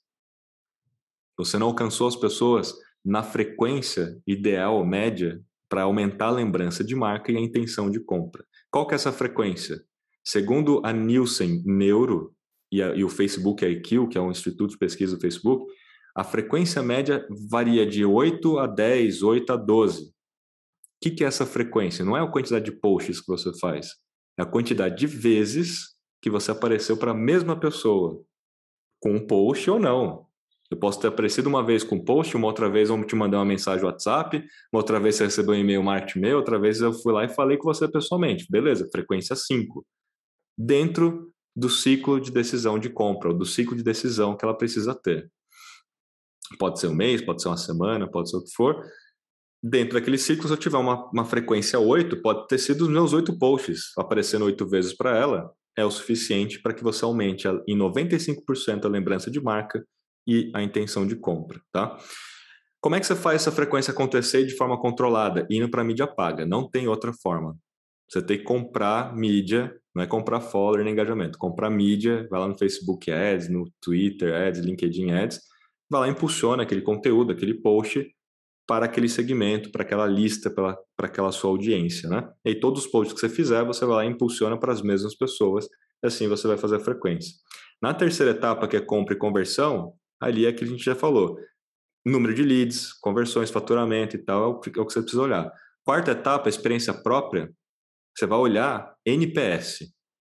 Você não alcançou as pessoas na frequência ideal, média, para aumentar a lembrança de marca e a intenção de compra. Qual que é essa frequência? Segundo a Nielsen Neuro e o Facebook IQ, que é um instituto de pesquisa do Facebook, a frequência média varia de 8 a 10, 8 a 12. O que é essa frequência? Não é a quantidade de posts que você faz, é a quantidade de vezes que você apareceu para a mesma pessoa, com um post ou não. Eu posso ter aparecido uma vez com um post, uma outra vez eu te mandei uma mensagem no WhatsApp, uma outra vez você recebeu um e-mail marketing meu, outra vez eu fui lá e falei com você pessoalmente. Beleza, frequência 5. Dentro do ciclo de decisão de compra, ou do ciclo de decisão que ela precisa ter. Pode ser um mês, pode ser uma semana, pode ser o que for. Dentro daquele ciclo, se eu tiver uma frequência 8, pode ter sido os meus 8 posts aparecendo 8 vezes para ela, é o suficiente para que você aumente em 95% a lembrança de marca e a intenção de compra, tá? Como é que você faz essa frequência acontecer de forma controlada? Indo para mídia paga, não tem outra forma. Você tem que comprar mídia, não é comprar follower nem engajamento, comprar mídia, vai lá no Facebook Ads, no Twitter Ads, LinkedIn Ads, vai lá e impulsiona aquele conteúdo, aquele post para aquele segmento, para aquela lista, para aquela sua audiência, né? E aí, todos os posts que você fizer, você vai lá e impulsiona para as mesmas pessoas, e assim você vai fazer a frequência. Na terceira etapa, que é compra e conversão, ali é que a gente já falou. Número de leads, conversões, faturamento e tal, é o que você precisa olhar. Quarta etapa, experiência própria, você vai olhar NPS.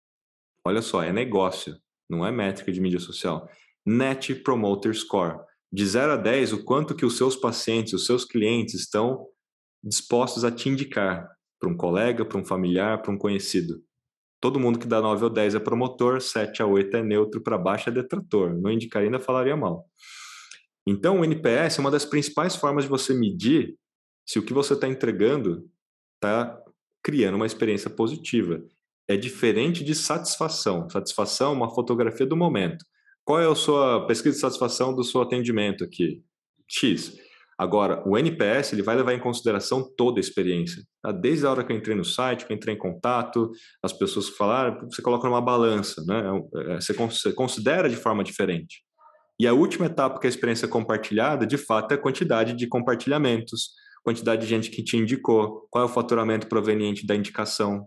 Olha só, é negócio, não é métrica de mídia social. Net Promoter Score. De 0 a 10, o quanto que os seus pacientes, os seus clientes estão dispostos a te indicar para um colega, para um familiar, para um conhecido. Todo mundo que dá 9 ou 10 é promotor, 7 a 8 é neutro, para baixo é detrator. Não indicaria, ainda falaria mal. Então, o NPS é uma das principais formas de você medir se o que você está entregando está criando uma experiência positiva. É diferente de satisfação. Satisfação é uma fotografia do momento. Qual é a sua pesquisa de satisfação do seu atendimento aqui? X. Agora, o NPS ele vai levar em consideração toda a experiência. Tá? Desde a hora que eu entrei no site, que eu entrei em contato, as pessoas que falaram, você coloca numa balança, né? Você considera de forma diferente. E a última etapa, que é a experiência compartilhada, de fato, é a quantidade de compartilhamentos, quantidade de gente que te indicou, qual é o faturamento proveniente da indicação.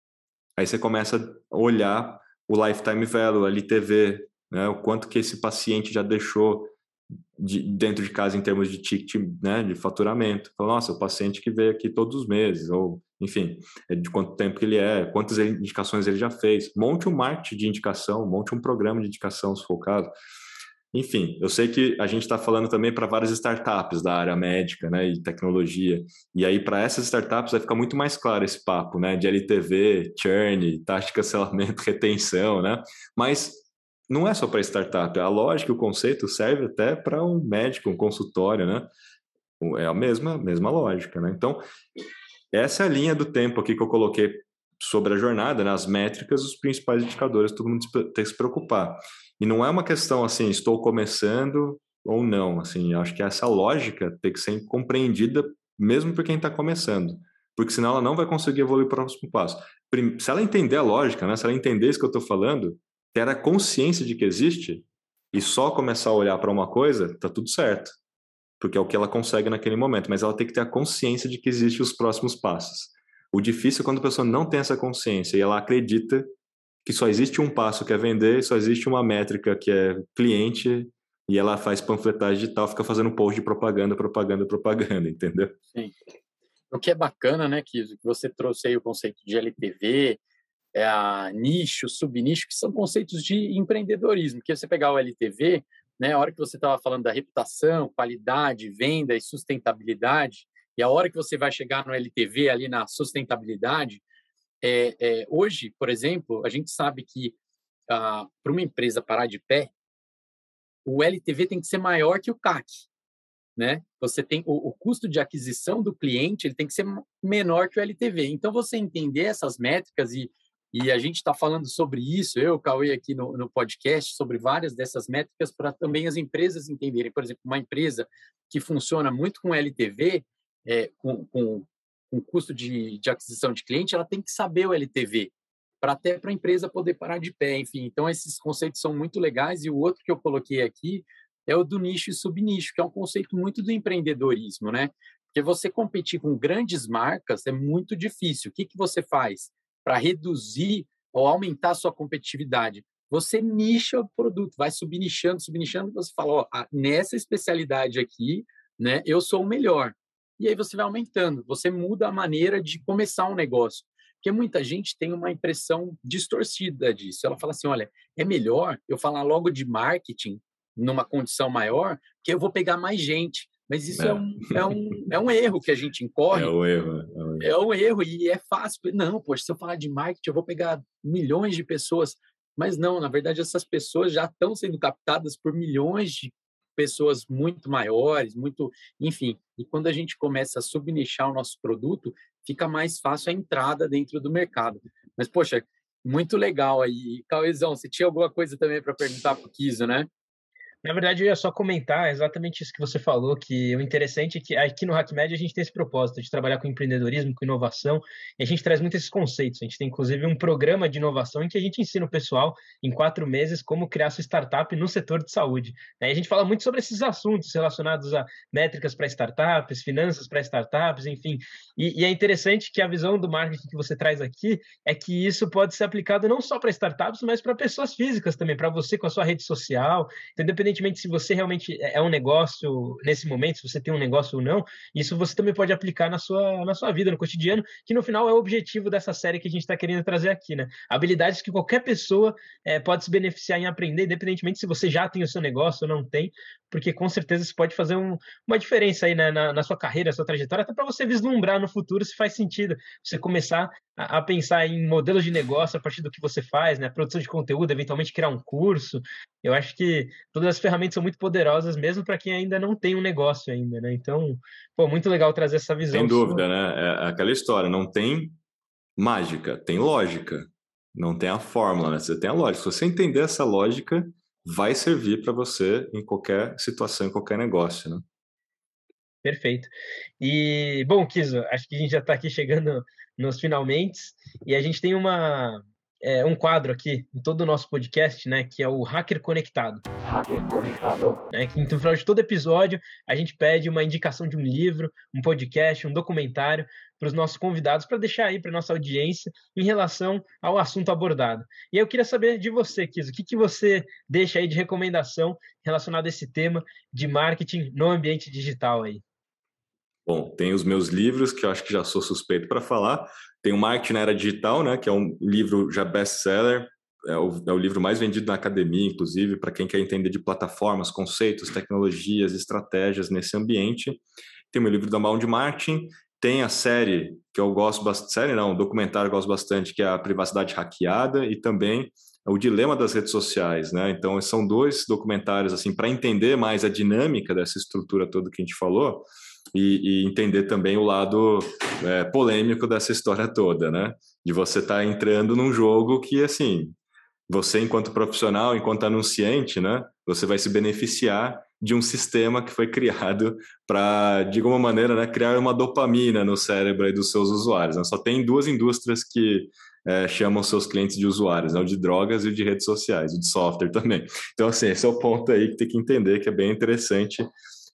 Aí você começa a olhar o lifetime value, a LTV, né? O quanto que esse paciente já deixou dentro de casa em termos de ticket, né, de faturamento. Fala, nossa, o paciente que veio aqui todos os meses, ou, enfim, de quanto tempo que ele é, quantas indicações ele já fez. Monte um marketing de indicação, monte um programa de indicação, se for o caso. Enfim, eu sei que a gente está falando também para várias startups da área médica, né, e tecnologia. E aí, para essas startups, vai ficar muito mais claro esse papo, né, de LTV, churn, taxa de cancelamento, retenção, né? Mas não é só para startup. A lógica, o conceito serve até para um médico, um consultório, né? É a mesma lógica, né? Então, essa é a linha do tempo aqui que eu coloquei sobre a jornada, nas métricas, os principais indicadores, todo mundo tem que se preocupar. E não é uma questão assim, estou começando ou não, assim, acho que essa lógica tem que ser compreendida mesmo por quem está começando, porque senão ela não vai conseguir evoluir para o próximo passo. Se ela entender a lógica, né, se ela entender isso que eu estou falando, ter a consciência de que existe e só começar a olhar para uma coisa, tá tudo certo, porque é o que ela consegue naquele momento, mas ela tem que ter a consciência de que existem os próximos passos. O difícil é quando a pessoa não tem essa consciência e ela acredita que só existe um passo que é vender, só existe uma métrica que é cliente, e ela faz panfletagem digital, fica fazendo post de propaganda, entendeu? Sim. O que é bacana, né, que você trouxe aí o conceito de LTV, nicho, subnicho, que são conceitos de empreendedorismo, que você pegar o LTV, né, a hora que você estava falando da reputação, qualidade, venda e sustentabilidade, e a hora que você vai chegar no LTV ali na sustentabilidade, hoje, por exemplo, a gente sabe que para uma empresa parar de pé, o LTV tem que ser maior que o CAC, né? Você tem o custo de aquisição do cliente, ele tem que ser menor que o LTV. Então, você entender essas métricas e a gente está falando sobre isso, eu, Cauê, aqui no podcast, sobre várias dessas métricas para também as empresas entenderem. Por exemplo, uma empresa que funciona muito com LTV, com custo de aquisição de cliente, ela tem que saber o LTV, para a empresa poder parar de pé. Enfim, então esses conceitos são muito legais. E o outro que eu coloquei aqui é o do nicho e subnicho, que é um conceito muito do empreendedorismo, né? Porque você competir com grandes marcas é muito difícil. O que você faz para reduzir ou aumentar a sua competitividade? Você nicha o produto, vai subnichando, e você fala, ó, nessa especialidade aqui, né, eu sou o melhor. E aí você vai aumentando, você muda a maneira de começar um negócio. Porque muita gente tem uma impressão distorcida disso. Ela fala assim, olha, é melhor eu falar logo de marketing numa condição maior, que eu vou pegar mais gente. Mas isso é um erro que a gente incorre. É um erro. É um erro e é fácil. Não, poxa, se eu falar de marketing, eu vou pegar milhões de pessoas. Mas não, na verdade, essas pessoas já estão sendo captadas por milhões de pessoas muito maiores, enfim. E quando a gente começa a subnichar o nosso produto, fica mais fácil a entrada dentro do mercado. Mas, poxa, muito legal aí. Cauêzão, você tinha alguma coisa também para perguntar para o Kiso, né? Na verdade, eu ia só comentar exatamente isso que você falou, que o interessante é que aqui no HackMed a gente tem esse propósito de trabalhar com empreendedorismo, com inovação, e a gente traz muito esses conceitos. A gente tem, inclusive, um programa de inovação em que a gente ensina o pessoal, em 4 meses, como criar sua startup no setor de saúde. E a gente fala muito sobre esses assuntos relacionados a métricas para startups, finanças para startups, enfim. E é interessante que a visão do marketing que você traz aqui é que isso pode ser aplicado não só para startups, mas para pessoas físicas também, para você com a sua rede social. Então, independentemente se você realmente é um negócio nesse momento, se você tem um negócio ou não, isso você também pode aplicar na sua vida, no cotidiano, que no final é o objetivo dessa série que a gente está querendo trazer aqui, né? Habilidades que qualquer pessoa pode se beneficiar em aprender, independentemente se você já tem o seu negócio ou não tem, porque com certeza isso pode fazer uma diferença aí, né, na sua carreira, na sua trajetória, até para você vislumbrar no futuro se faz sentido você começar a pensar em modelos de negócio a partir do que você faz, né? Produção de conteúdo, eventualmente criar um curso. Eu acho que todas as ferramentas são muito poderosas, mesmo para quem ainda não tem um negócio ainda, né? Então, pô, muito legal trazer essa visão. Sem dúvida, né? É aquela história, não tem mágica, tem lógica. Não tem a fórmula, né? Você tem a lógica. Se você entender essa lógica, vai servir para você em qualquer situação, em qualquer negócio, né? Perfeito. E, bom, Kiso, acho que a gente já está aqui chegando nos finalmente, e a gente tem um quadro aqui em todo o nosso podcast, né, que é o Hacker Conectado. Né? Que no final de todo episódio a gente pede uma indicação de um livro, um podcast, um documentário para os nossos convidados, para deixar aí para nossa audiência em relação ao assunto abordado. E aí eu queria saber de você, Kiso, o que você deixa aí de recomendação relacionado a esse tema de marketing no ambiente digital aí? Bom, tem os meus livros, que eu acho que já sou suspeito para falar. Tem o Marketing na Era Digital, né, que é um livro já best-seller, é o livro mais vendido na academia, inclusive, para quem quer entender de plataformas, conceitos, tecnologias, estratégias nesse ambiente. Tem o meu livro da Bound Marketing, tem a série que eu gosto bastante, série não, um documentário que eu gosto bastante, que é a Privacidade Hackeada, e também o Dilema das Redes Sociais, né? Então, são 2 documentários, assim, para entender mais a dinâmica dessa estrutura toda que a gente falou, e entender também o lado polêmico dessa história toda, né? De você estar entrando num jogo que, assim, você enquanto profissional, enquanto anunciante, né? Você vai se beneficiar de um sistema que foi criado para, de alguma maneira, né, criar uma dopamina no cérebro aí dos seus usuários, né? Só tem 2 indústrias que chamam seus clientes de usuários, né? O de drogas e o de redes sociais, o de software também. Então, assim, esse é o ponto aí que tem que entender, que é bem interessante.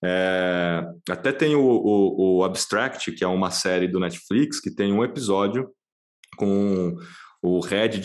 Até tem o Abstract, que é uma série do Netflix, que tem um episódio com o head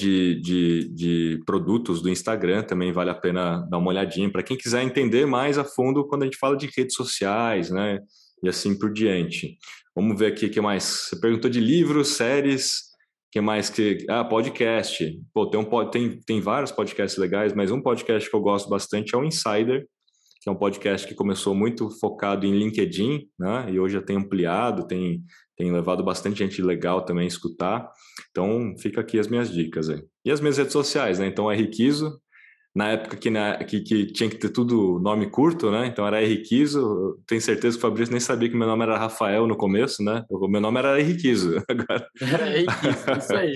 de produtos do Instagram, também vale a pena dar uma olhadinha, para quem quiser entender mais a fundo quando a gente fala de redes sociais, né, e assim por diante. Vamos ver aqui o que mais. Você perguntou de livros, séries, que mais que... podcast. Pô, tem vários podcasts legais, mas um podcast que eu gosto bastante é o Insider, que é um podcast que começou muito focado em LinkedIn, né? E hoje já tem ampliado, tem levado bastante gente legal também a escutar. Então, fica aqui as minhas dicas aí. E as minhas redes sociais, né? Então, é Riquizo, na época que tinha que ter tudo nome curto, né? Então, era Riquizo. Tenho certeza que o Fabrício nem sabia que meu nome era Rafael no começo, né? O meu nome era Riquizo. Agora... Era Riquizo, isso aí.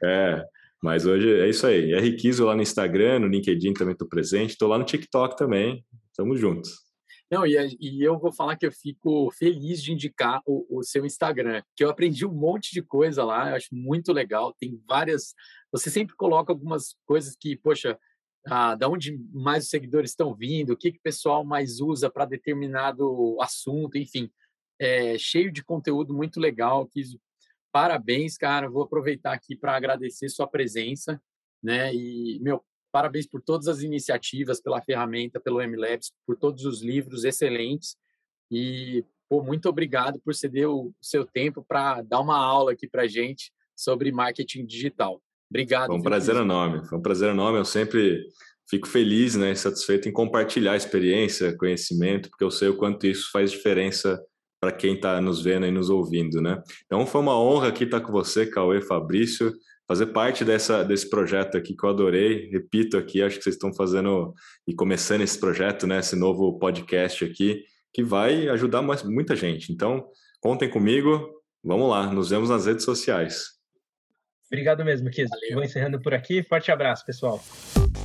Mas hoje é isso aí. É Riquizo lá no Instagram, no LinkedIn também estou presente. Estou lá no TikTok também. Estamos juntos. Não, e eu vou falar que eu fico feliz de indicar o seu Instagram, que eu aprendi um monte de coisa lá, eu acho muito legal, tem várias... Você sempre coloca algumas coisas que, poxa, da onde mais os seguidores estão vindo, o que o pessoal mais usa para determinado assunto, enfim, cheio de conteúdo muito legal. Parabéns, cara, vou aproveitar aqui para agradecer sua presença, né? E, parabéns por todas as iniciativas, pela ferramenta, pelo MLabs, por todos os livros excelentes. E, muito obrigado por ceder o seu tempo para dar uma aula aqui para a gente sobre marketing digital. Obrigado. Foi um prazer enorme. Foi um prazer enorme. Eu sempre fico feliz, né, e satisfeito em compartilhar experiência, conhecimento, porque eu sei o quanto isso faz diferença para quem está nos vendo e nos ouvindo, né? Então, foi uma honra aqui estar com você, Cauê, Fabrício, fazer parte desse projeto aqui que eu adorei. Repito aqui, acho que vocês estão fazendo e começando esse projeto, né, esse novo podcast aqui, que vai ajudar muita gente. Então, contem comigo, vamos lá, nos vemos nas redes sociais. Obrigado mesmo, Kiso. Vou encerrando por aqui. Forte abraço, pessoal.